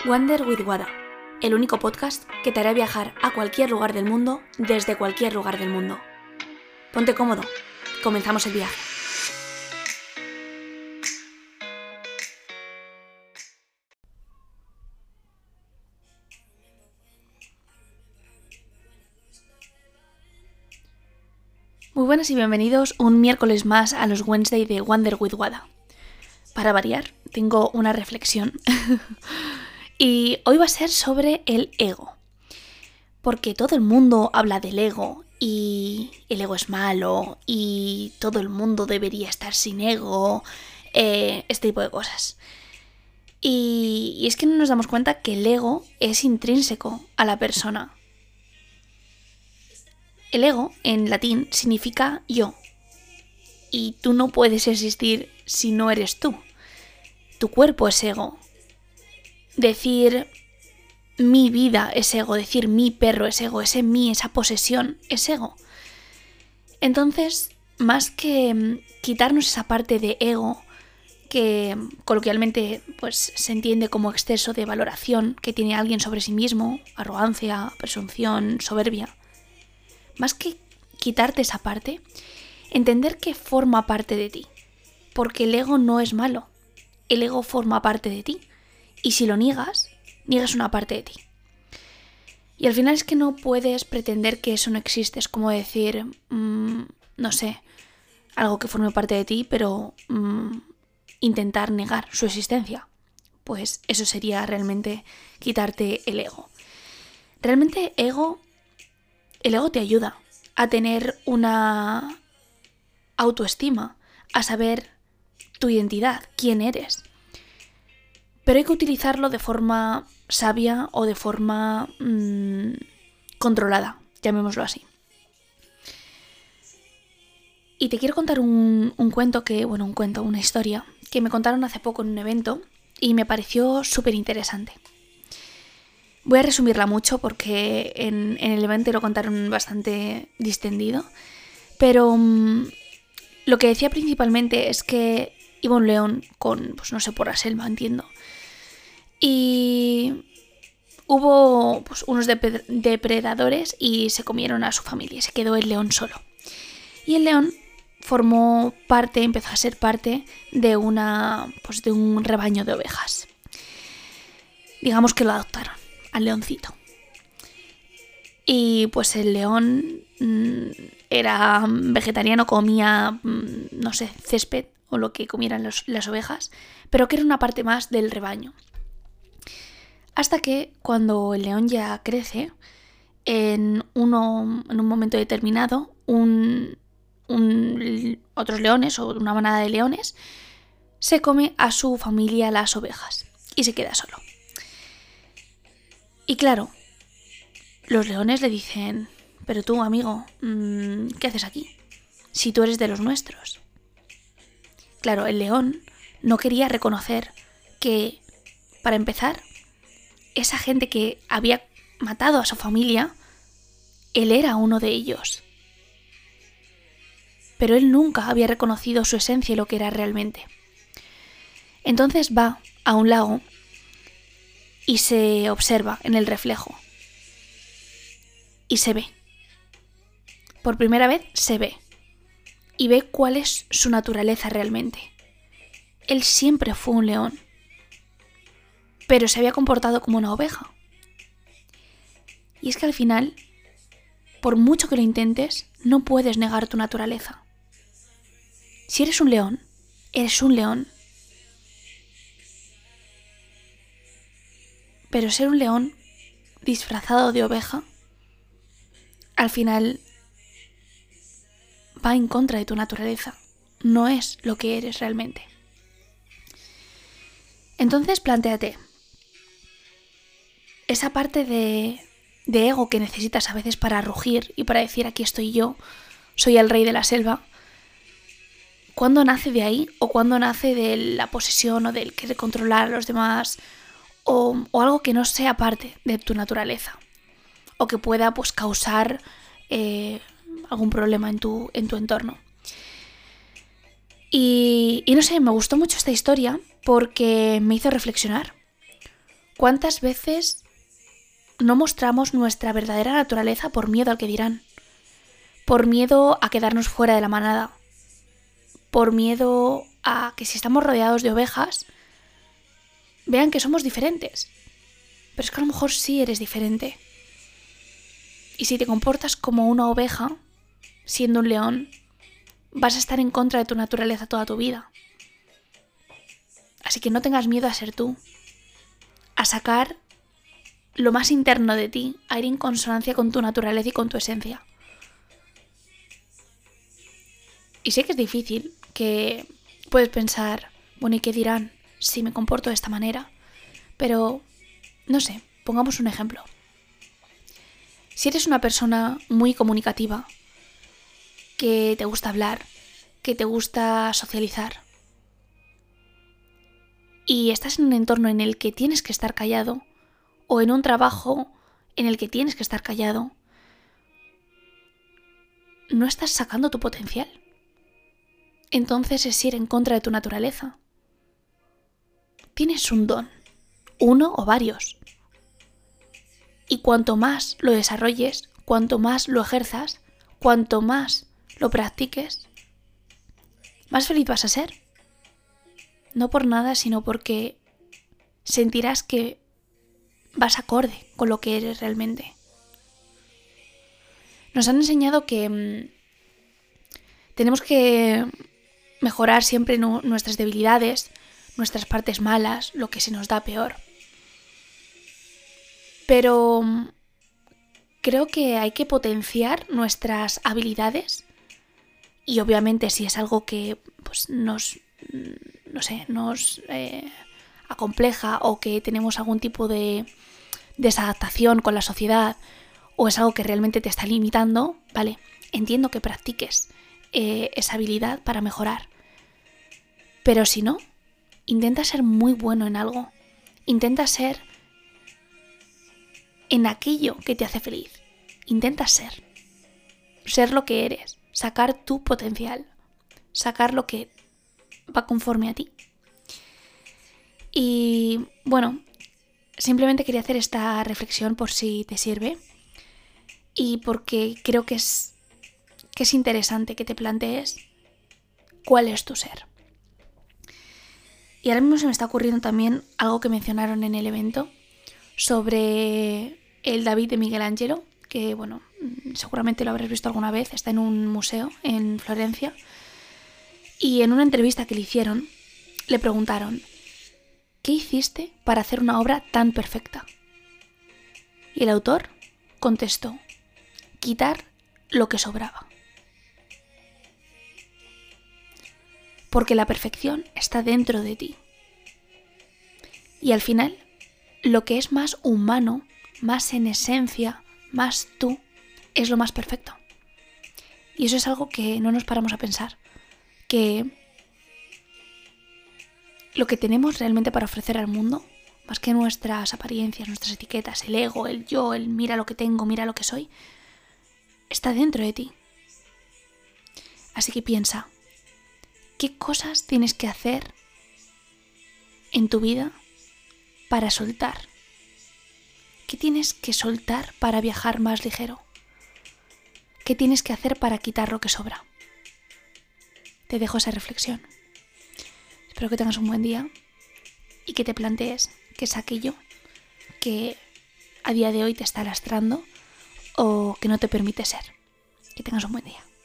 Wander with Wada, el único podcast que te hará viajar a cualquier lugar del mundo desde cualquier lugar del mundo. Ponte cómodo, comenzamos el viaje. Muy buenas y bienvenidos un miércoles más a los Wednesday de Wander with Wada. Para variar, tengo una reflexión y hoy va a ser sobre el ego. Porque todo el mundo habla del ego y el ego es malo y todo el mundo debería estar sin ego, este tipo de cosas. Y es que no nos damos cuenta que el ego es intrínseco a la persona. El ego, en latín, significa yo. Y tú no puedes existir si no eres tú. Tu cuerpo es ego. Decir mi vida es ego, decir mi perro es ego, ese mí, esa posesión es ego. Entonces, más que quitarnos esa parte de ego, que coloquialmente pues, se entiende como exceso de valoración que tiene alguien sobre sí mismo, arrogancia, presunción, soberbia, más que quitarte esa parte, entender que forma parte de ti, porque el ego no es malo, el ego forma parte de ti, y si lo niegas una parte de ti. Y al final es que no puedes pretender que eso no existe, es como decir, no sé, algo que forme parte de ti, pero intentar negar su existencia. Pues eso sería realmente quitarte el ego. Realmente el ego te ayuda a tener una autoestima, a saber tu identidad, quién eres. Pero hay que utilizarlo de forma sabia o de forma controlada, llamémoslo así. Y te quiero contar una historia que me contaron hace poco en un evento y me pareció súper interesante. Voy a resumirla mucho porque en el evento lo contaron bastante distendido, pero lo que decía principalmente es que iba un león por la selva, entiendo. Y hubo unos depredadores y se comieron a su familia, se quedó el león solo. Y el león empezó a ser parte de un rebaño de ovejas. Digamos que lo adoptaron al leoncito. Y pues el león era vegetariano, comía, césped o lo que comieran las ovejas, pero que era una parte más del rebaño. Hasta que cuando el león ya crece, en un momento determinado, otros leones o una manada de leones se come a su familia las ovejas y se queda solo. Y claro, los leones le dicen, pero tú, amigo, ¿qué haces aquí? Si tú eres de los nuestros. Claro, el león no quería reconocer que, para empezar, esa gente que había matado a su familia, él era uno de ellos. Pero él nunca había reconocido su esencia y lo que era realmente. Entonces va a un lago y se observa en el reflejo. Y se ve. Por primera vez se ve. Y ve cuál es su naturaleza realmente. Él siempre fue un león, pero se había comportado como una oveja. Y es que al final, por mucho que lo intentes, no puedes negar tu naturaleza. Si eres un león, eres un león. Pero ser un león disfrazado de oveja, al final va en contra de tu naturaleza. No es lo que eres realmente. Entonces plantéate, esa parte de ego que necesitas a veces para rugir y para decir aquí estoy yo, soy el rey de la selva, ¿cuándo nace de ahí? ¿O cuándo nace de la posesión o del querer controlar a los demás? O algo que no sea parte de tu naturaleza o que pueda causar algún problema en tu entorno. Y no sé, me gustó mucho esta historia porque me hizo reflexionar. ¿Cuántas veces no mostramos nuestra verdadera naturaleza por miedo al que dirán? Por miedo a quedarnos fuera de la manada. Por miedo a que si estamos rodeados de ovejas, vean que somos diferentes. Pero es que a lo mejor sí eres diferente. Y si te comportas como una oveja, siendo un león, vas a estar en contra de tu naturaleza toda tu vida. Así que no tengas miedo a ser tú, a sacar lo más interno de ti, a ir en consonancia con tu naturaleza y con tu esencia. Y sé que es difícil, que puedes pensar, bueno, ¿y qué dirán si me comporto de esta manera? Pero, no sé, pongamos un ejemplo. Si eres una persona muy comunicativa, que te gusta hablar, que te gusta socializar, y estás en un entorno en el que tienes que estar callado, o en un trabajo en el que tienes que estar callado, no estás sacando tu potencial. Entonces es ir en contra de tu naturaleza. Tienes un don, uno o varios. Y cuanto más lo desarrolles, cuanto más lo ejerzas, cuanto más lo practiques, más feliz vas a ser. No por nada, sino porque sentirás que vas acorde con lo que eres realmente. Nos han enseñado que tenemos que mejorar siempre nuestras debilidades, nuestras partes malas, lo que se nos da peor. Pero creo que hay que potenciar nuestras habilidades y obviamente si es algo que pues, nos acompleja o que tenemos algún tipo de desadaptación con la sociedad o es algo que realmente te está limitando, vale, entiendo que practiques esa habilidad para mejorar. Pero si no, intenta ser muy bueno en algo. Intenta ser en aquello que te hace feliz. Intenta ser lo que eres, sacar tu potencial, sacar lo que va conforme a ti. Y bueno, simplemente quería hacer esta reflexión por si te sirve y porque creo que es interesante que te plantees cuál es tu ser. Y ahora mismo se me está ocurriendo también algo que mencionaron en el evento sobre el David de Miguel Ángelo, que bueno, seguramente lo habrás visto alguna vez, está en un museo en Florencia. Y en una entrevista que le hicieron, le preguntaron, ¿qué hiciste para hacer una obra tan perfecta? Y el autor contestó, quitar lo que sobraba. Porque la perfección está dentro de ti. Y al final, lo que es más humano, más en esencia, más tú, es lo más perfecto. Y eso es algo que no nos paramos a pensar. Que lo que tenemos realmente para ofrecer al mundo, más que nuestras apariencias, nuestras etiquetas, el ego, el yo, el mira lo que tengo, mira lo que soy, está dentro de ti. Así que piensa, ¿qué cosas tienes que hacer en tu vida para soltar? ¿Qué tienes que soltar para viajar más ligero? ¿Qué tienes que hacer para quitar lo que sobra? Te dejo esa reflexión. Espero que tengas un buen día y que te plantees qué es aquello que a día de hoy te está lastrando o que no te permite ser. Que tengas un buen día.